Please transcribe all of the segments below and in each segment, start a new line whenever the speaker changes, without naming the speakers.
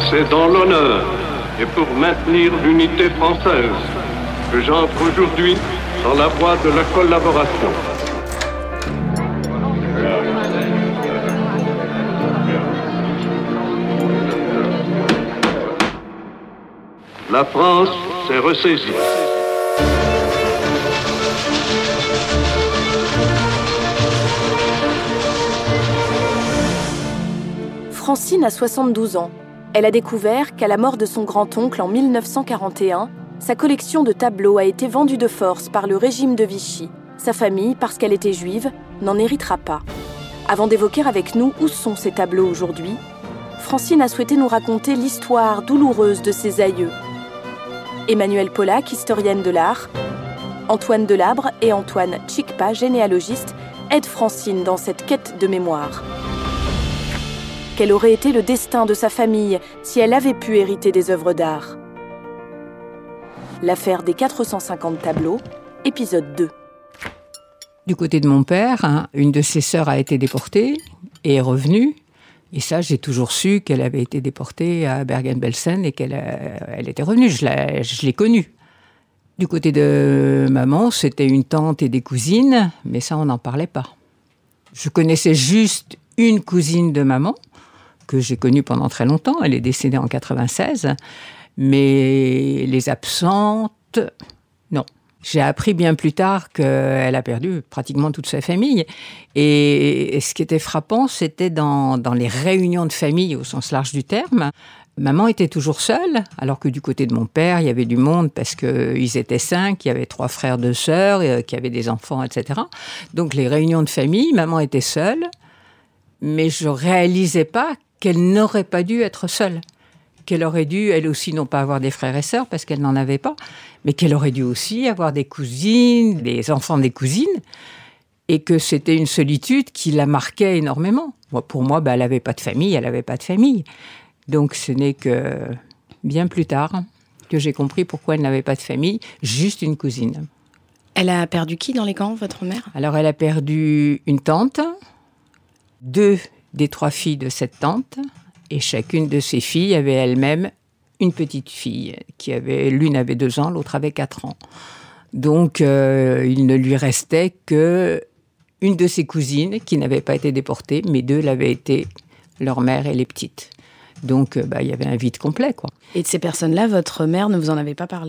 C'est dans l'honneur et pour maintenir l'unité française que j'entre aujourd'hui dans la voie de la collaboration. La France s'est ressaisie.
Francine a 72 ans. Elle a découvert qu'à la mort de son grand-oncle en 1941, sa collection de tableaux a été vendue de force par le régime de Vichy. Sa famille, parce qu'elle était juive, n'en héritera pas. Avant d'évoquer avec nous où sont ces tableaux aujourd'hui, Francine a souhaité nous raconter l'histoire douloureuse de ses aïeux. Emmanuelle Pollack, historienne de l'art, Antoine Delabre et Antoine Tchikpa, généalogiste, aident Francine dans cette quête de mémoire. Quel aurait été le destin de sa famille si elle avait pu hériter des œuvres d'art ? L'affaire des 450 tableaux, épisode 2.
Du côté de mon père, une de ses sœurs a été déportée et est revenue. Et ça, j'ai toujours su qu'elle avait été déportée à Bergen-Belsen et qu'elle était revenue. Je l'ai connue. Du côté de maman, c'était une tante et des cousines, mais ça, on n'en parlait pas. Je connaissais juste une cousine de maman, que j'ai connue pendant très longtemps. Elle est décédée en 1996. Mais les absentes, non. J'ai appris bien plus tard qu'elle a perdu pratiquement toute sa famille. Et ce qui était frappant, c'était dans les réunions de famille au sens large du terme. Maman était toujours seule, alors que du côté de mon père, il y avait du monde parce qu'ils étaient 5, il y avait 3 frères, 2 sœurs, qui avaient des enfants, etc. Donc les réunions de famille, maman était seule, mais je ne réalisais pas qu'elle n'aurait pas dû être seule. Qu'elle aurait dû, elle aussi, non pas avoir des frères et sœurs, parce qu'elle n'en avait pas, mais qu'elle aurait dû aussi avoir des cousines, des enfants des cousines, et que c'était une solitude qui la marquait énormément. Pour moi, elle n'avait pas de famille, elle n'avait pas de famille. Donc ce n'est que bien plus tard que j'ai compris pourquoi elle n'avait pas de famille, juste une cousine.
Elle a perdu qui dans les camps, votre mère ?
Alors elle a perdu une tante, 2 des 3 filles de cette tante, et chacune de ces filles avait elle-même une petite fille, l'une avait 2 ans, l'autre avait 4 ans. Donc, il ne lui restait que une de ses cousines qui n'avait pas été déportée, mais 2 l'avaient été, leur mère et les petites. Donc, il y avait un vide complet, quoi.
Et de ces personnes-là, votre mère ne vous en avait pas parlé ?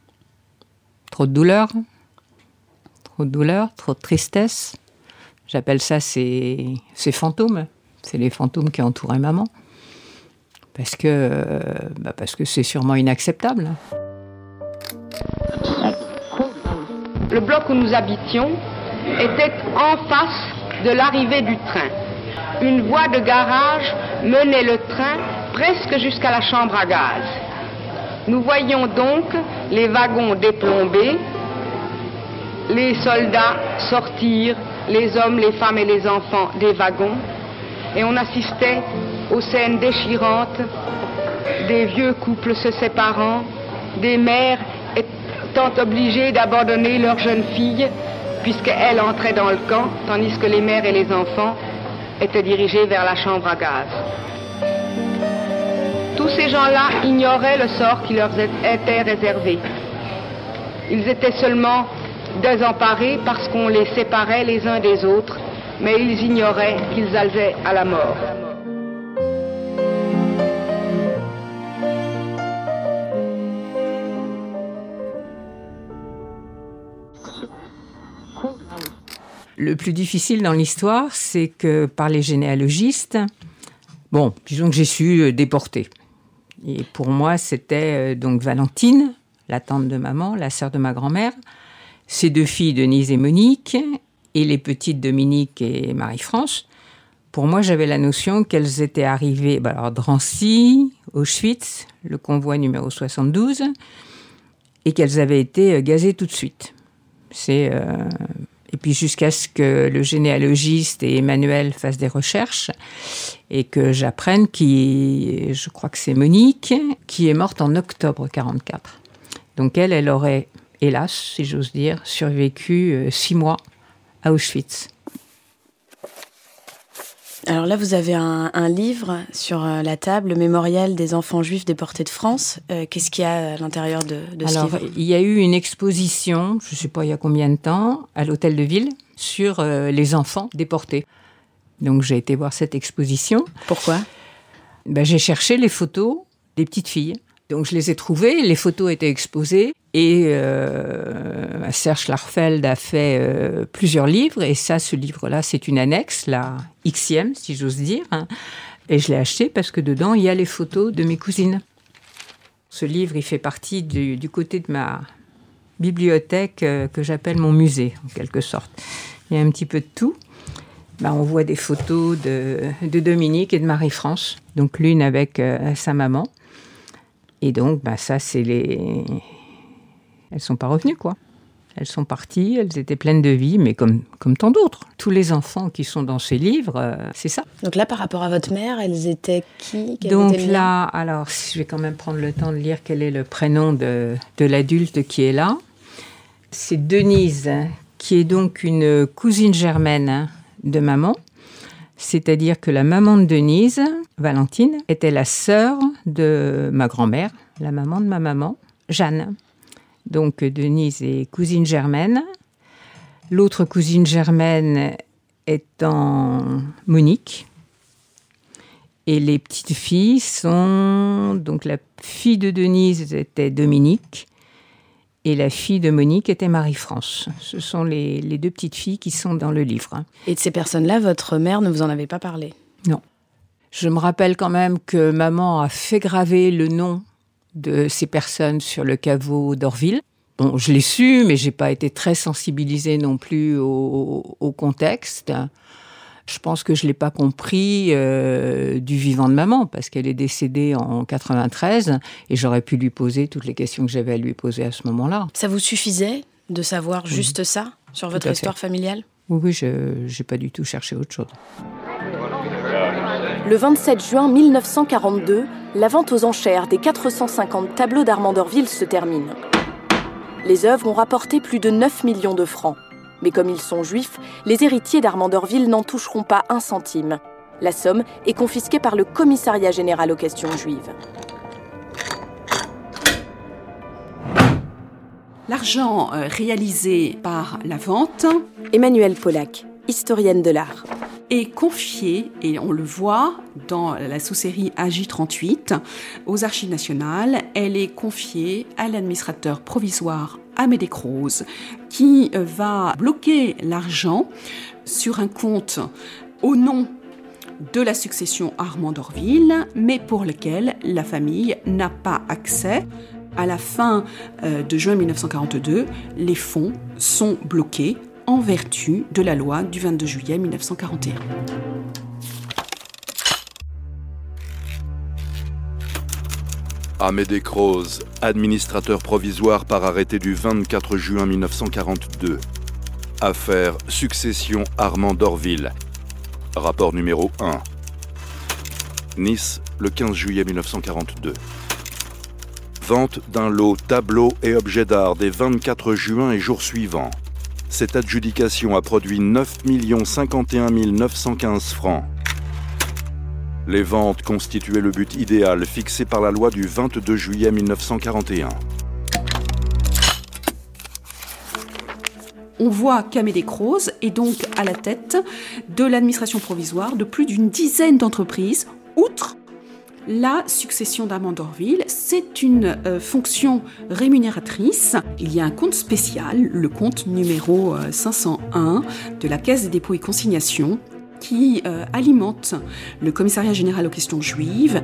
Trop de douleur, trop de tristesse. J'appelle ça ces fantômes. C'est les fantômes qui entouraient maman. Parce que c'est sûrement inacceptable.
Le bloc où nous habitions était en face de l'arrivée du train. Une voie de garage menait le train presque jusqu'à la chambre à gaz. Nous voyions donc les wagons déplombés, les soldats sortir, les hommes, les femmes et les enfants des wagons, et on assistait aux scènes déchirantes, des vieux couples se séparant, des mères étant obligées d'abandonner leurs jeunes filles, puisqu'elles entraient dans le camp, tandis que les mères et les enfants étaient dirigés vers la chambre à gaz. Tous ces gens-là ignoraient le sort qui leur était réservé. Ils étaient seulement désemparés parce qu'on les séparait les uns des autres, mais ils ignoraient qu'ils allaient à la mort.
Le plus difficile dans l'histoire, c'est que par les généalogistes, disons que j'ai su déporter. Et pour moi, c'était donc Valentine, la tante de maman, la sœur de ma grand-mère, ses 2 filles, Denise et Monique, et les petites Dominique et Marie-France. Pour moi, j'avais la notion qu'elles étaient arrivées, Drancy, Auschwitz, le convoi numéro 72, et qu'elles avaient été gazées tout de suite. Et puis jusqu'à ce que le généalogiste et Emmanuel fassent des recherches et que j'apprenne je crois que c'est Monique, qui est morte en octobre 1944. Donc elle aurait, hélas, si j'ose dire, survécu 6 mois à Auschwitz.
Alors là, vous avez un livre sur la table, le mémorial des enfants juifs déportés de France. Qu'est-ce qu'il y a à l'intérieur de ce livre ?
Alors, il y a eu une exposition, je ne sais pas il y a combien de temps, à l'Hôtel de Ville, sur les enfants déportés. Donc j'ai été voir cette exposition.
Pourquoi ?
J'ai cherché les photos des petites filles. Donc je les ai trouvées, les photos étaient exposées. Et Serge Schlarfeld a fait plusieurs livres. Et ça, ce livre-là, c'est une annexe, la Xème, si j'ose dire. Et je l'ai acheté parce que dedans, il y a les photos de mes cousines. Ce livre, il fait partie du côté de ma bibliothèque que j'appelle mon musée, en quelque sorte. Il y a un petit peu de tout. On voit des photos de Dominique et de Marie-France. Donc l'une avec sa maman. Et donc, ça, c'est les... Elles sont pas revenues, quoi. Elles sont parties, elles étaient pleines de vie, mais comme tant d'autres. Tous les enfants qui sont dans ces livres, c'est ça.
Donc là, par rapport à votre mère, elles étaient qui ?
Donc là, alors, je vais quand même prendre le temps de lire quel est le prénom de l'adulte qui est là. C'est Denise, qui est donc une cousine germaine de maman. C'est-à-dire que la maman de Denise, Valentine, était la sœur de ma grand-mère, la maman de ma maman, Jeanne. Donc Denise est cousine germaine. L'autre cousine germaine étant Monique. Et les petites filles sont... Donc la fille de Denise était Dominique. Et la fille de Monique était Marie-France. Ce sont les deux petites filles qui sont dans le livre.
Et de ces personnes-là, votre mère ne vous en avait pas parlé ?
Non. Je me rappelle quand même que maman a fait graver le nom de ces personnes sur le caveau d'Orville. Bon, je l'ai su, mais j'ai pas été très sensibilisée non plus au contexte. Je pense que je l'ai pas compris du vivant de maman, parce qu'elle est décédée en 93, et j'aurais pu lui poser toutes les questions que j'avais à lui poser à ce moment-là.
Ça vous suffisait de savoir juste ça sur votre histoire familiale ?
Oui, j'ai pas du tout cherché autre chose.
Le 27 juin 1942, la vente aux enchères des 450 tableaux d'Armand d'Orville se termine. Les œuvres ont rapporté plus de 9 millions de francs. Mais comme ils sont juifs, les héritiers d'Armand d'Orville n'en toucheront pas un centime. La somme est confisquée par le Commissariat général aux questions juives.
L'argent réalisé par la vente,
Emmanuelle Pollack, historienne de l'art,
est confié, et on le voit dans la sous-série AJ38, aux Archives nationales. Elle est confiée à l'administrateur provisoire Amédée Croze, qui va bloquer l'argent sur un compte au nom de la succession Armand d'Orville, mais pour lequel la famille n'a pas accès. À la fin de juin 1942, les fonds sont bloqués en vertu de la loi du 22 juillet 1941.
Amédée Croze, administrateur provisoire par arrêté du 24 juin 1942. Affaire Succession Armand d'Orville. Rapport numéro 1. Nice, le 15 juillet 1942. Vente d'un lot tableaux et objets d'art des 24 juin et jours suivants. Cette adjudication a produit 9 051 915 francs. Les ventes constituaient le but idéal fixé par la loi du 22 juillet 1941.
On voit qu'Amédée Croze est donc à la tête de l'administration provisoire de plus d'une dizaine d'entreprises, outre la succession d'Armand d'Orville. C'est une fonction rémunératrice. Il y a un compte spécial, le compte numéro 501 de la Caisse des dépôts et consignations, qui alimente le Commissariat général aux questions juives.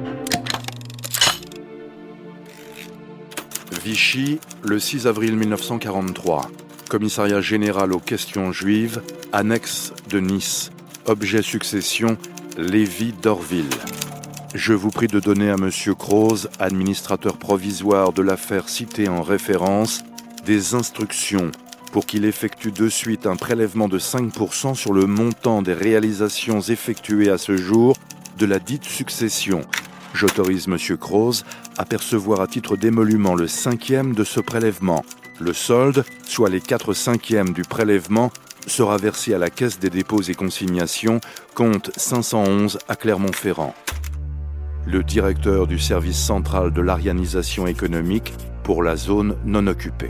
Vichy, le 6 avril 1943. Commissariat général aux questions juives, annexe de Nice. Objet succession, Lévy d'Orville. Je vous prie de donner à Monsieur Croze, administrateur provisoire de l'affaire citée en référence, des instructions pour qu'il effectue de suite un prélèvement de 5% sur le montant des réalisations effectuées à ce jour de la dite succession. J'autorise Monsieur Croze à percevoir à titre d'émolument le 5e de ce prélèvement. Le solde, soit les 4/5 du prélèvement, sera versé à la Caisse des dépôts et consignations, compte 511 à Clermont-Ferrand. Le directeur du service central de l'arianisation économique pour la zone non occupée.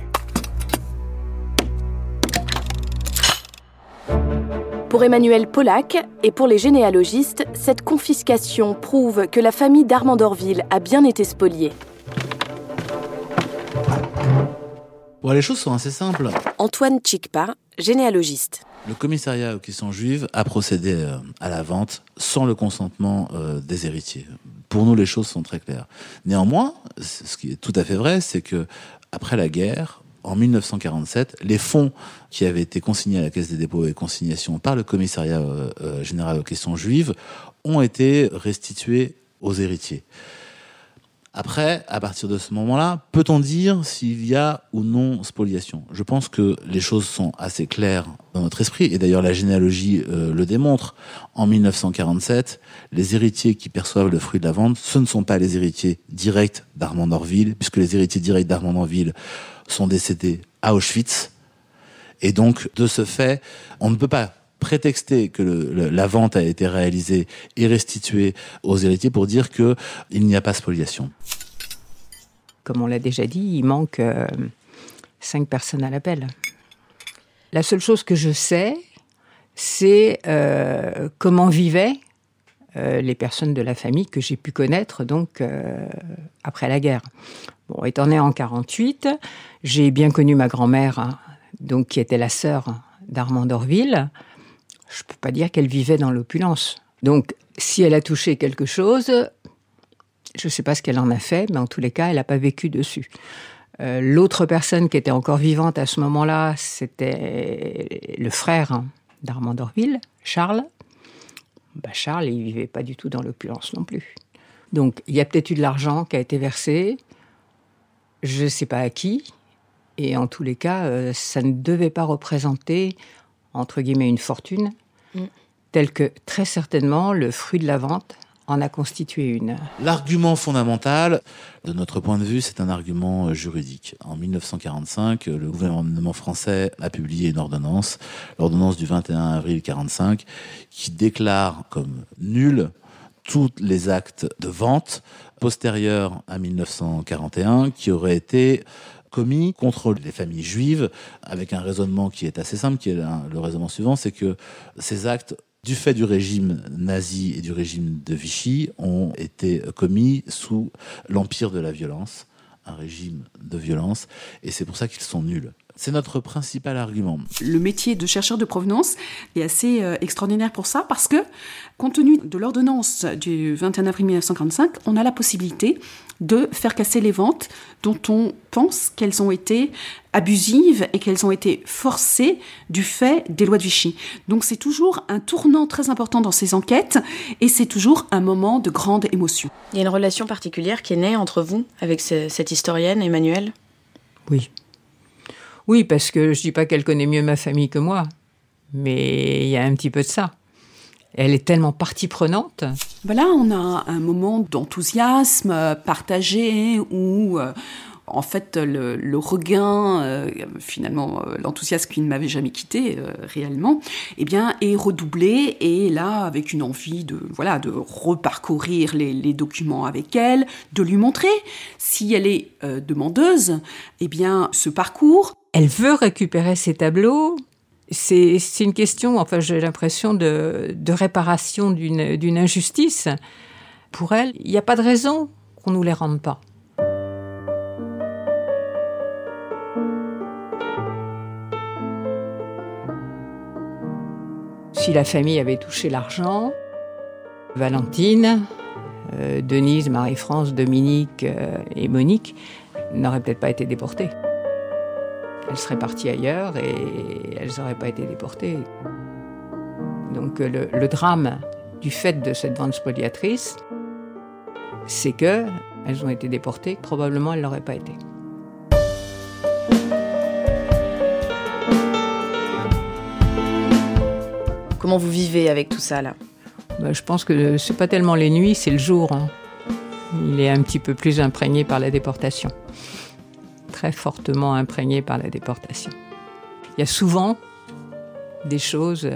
Pour Emmanuel Pollack et pour les généalogistes, cette confiscation prouve que la famille d'Armand d'Orville a bien été spoliée.
Bon, les choses sont assez simples.
Antoine Tchikpa, généalogiste.
Le commissariat aux questions juives a procédé à la vente sans le consentement des héritiers. Pour nous, les choses sont très claires. Néanmoins, ce qui est tout à fait vrai, c'est que après la guerre, en 1947, les fonds qui avaient été consignés à la Caisse des dépôts et consignations par le commissariat général aux questions juives ont été restitués aux héritiers. Après, à partir de ce moment-là, peut-on dire s'il y a ou non spoliation ? Je pense que les choses sont assez claires dans notre esprit, et d'ailleurs la généalogie le démontre. En 1947, les héritiers qui perçoivent le fruit de la vente, ce ne sont pas les héritiers directs d'Armand d'Orville, puisque les héritiers directs d'Armand d'Orville sont décédés à Auschwitz. Et donc, de ce fait, on ne peut pas prétexter que la vente a été réalisée et restituée aux héritiers pour dire qu'il n'y a pas spoliation.
Comme on l'a déjà dit, il manque 5 personnes à l'appel. La seule chose que je sais, c'est comment vivaient les personnes de la famille que j'ai pu connaître donc après la guerre. Bon, étant née en 48, j'ai bien connu ma grand-mère, donc qui était la sœur d'Armand d'Orville. Je ne peux pas dire qu'elle vivait dans l'opulence. Donc, si elle a touché quelque chose, je ne sais pas ce qu'elle en a fait, mais en tous les cas, elle n'a pas vécu dessus. L'autre personne qui était encore vivante à ce moment-là, c'était le frère d'Armand d'Orville, Charles. Charles, il ne vivait pas du tout dans l'opulence non plus. Donc, il y a peut-être eu de l'argent qui a été versé, je ne sais pas à qui, et en tous les cas, ça ne devait pas représenter, entre guillemets, une fortune, telle que, très certainement, le fruit de la vente en a constitué une. L'argument
fondamental, de notre point de vue, c'est un argument juridique. En 1945, le gouvernement français a publié une ordonnance, l'ordonnance du 21 avril 1945, qui déclare comme nuls tous les actes de vente postérieurs à 1941 qui auraient été commis contre les familles juives, avec un raisonnement qui est assez simple, qui est le raisonnement suivant, c'est que ces actes, du fait du régime nazi et du régime de Vichy, ont été commis sous l'empire de la violence, un régime de violence, et c'est pour ça qu'ils sont nuls. C'est notre principal argument.
Le métier de chercheur de provenance est assez extraordinaire pour ça, parce que, compte tenu de l'ordonnance du 21 avril 1945, on a la possibilité de faire casser les ventes dont on pense qu'elles ont été abusives et qu'elles ont été forcées du fait des lois de Vichy. Donc c'est toujours un tournant très important dans ces enquêtes, et c'est toujours un moment de grande émotion.
Il y a une relation particulière qui est née entre vous, avec cette historienne, Emmanuel ?
Oui. Oui, parce que je ne dis pas qu'elle connaît mieux ma famille que moi, mais il y a un petit peu de ça. Elle est tellement partie prenante.
Là, on a un moment d'enthousiasme partagé où, en fait, le regain, finalement, l'enthousiasme qui ne m'avait jamais quitté réellement, est redoublé. Et là, avec une envie de reparcourir les documents avec elle, de lui montrer, si elle est demandeuse, ce parcours.
Elle veut récupérer ses tableaux. C'est une question, j'ai l'impression, de réparation d'une injustice. Pour elle, il n'y a pas de raison qu'on ne nous les rende pas. Si la famille avait touché l'argent, Valentine, Denise, Marie-France, Dominique et Monique n'auraient peut-être pas été déportées. Elles seraient parties ailleurs et elles n'auraient pas été déportées. Donc le drame du fait de cette vente spoliatrice, c'est qu'elles ont été déportées, probablement elles ne l'auraient pas été.
Comment vous vivez avec tout ça, là ?
Je pense que c'est pas tellement les nuits, c'est le jour. Il est un petit peu plus imprégné par la déportation. Très fortement imprégné par la déportation. Il y a souvent des choses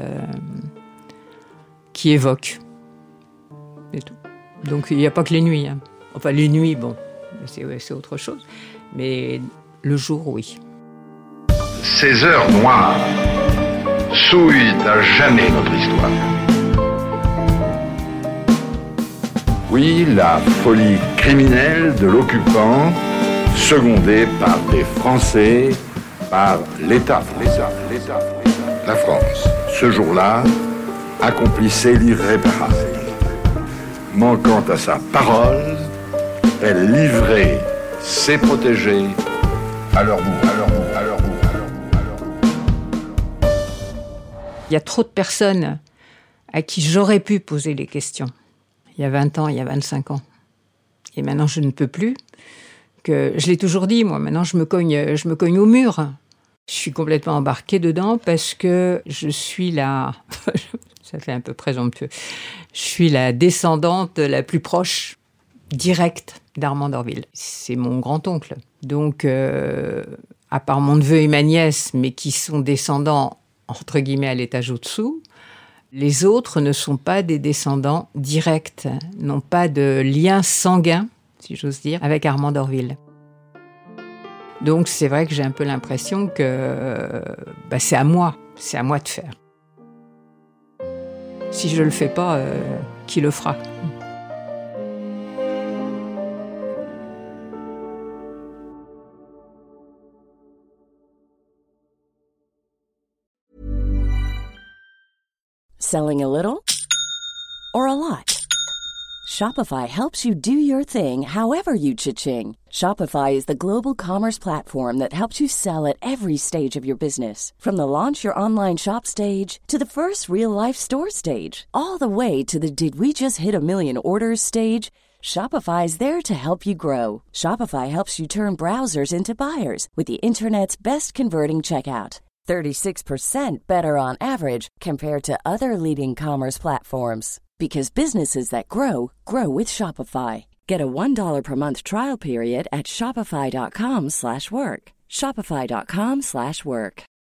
qui évoquent. C'est tout. Donc il n'y a pas que les nuits. Hein. Enfin les nuits, bon, c'est autre chose. Mais le jour, oui.
Ces heures noires souillent à jamais notre histoire. Oui, la folie criminelle de l'occupant, secondée par des Français, par l'État. La France, ce jour-là, accomplissait l'irréparable. Manquant à sa parole, elle livrait ses protégés à leur bout.
Il y a trop de personnes à qui j'aurais pu poser les questions. Il y a 20 ans, il y a 25 ans. Et maintenant, je ne peux plus. Je l'ai toujours dit, moi, maintenant, je me cogne au mur. Je suis complètement embarquée dedans parce que je suis la... ça fait un peu présomptueux. Je suis la descendante la plus proche, directe, d'Armand d'Orville. C'est mon grand-oncle. Donc, à part mon neveu et ma nièce, mais qui sont descendants, entre guillemets, à l'étage au-dessous, les autres ne sont pas des descendants directs, n'ont pas de lien sanguin, si j'ose dire, avec Armand d'Orville. Donc c'est vrai que j'ai un peu l'impression que c'est à moi de faire. Si je le fais pas, qui le fera ?
Selling a little or a lot? Shopify helps you do your thing however you cha-ching. Shopify is the global commerce platform that helps you sell at every stage of your business. From the launch your online shop stage to the first real-life store stage, all the way to the did we just hit a million orders stage. Shopify is there to help you grow. Shopify helps you turn browsers into buyers with the internet's best converting checkout. 36% better on average compared to other leading commerce platforms. Because businesses that grow, grow with Shopify. Get a $1 per month trial period at shopify.com/work. Shopify.com/work.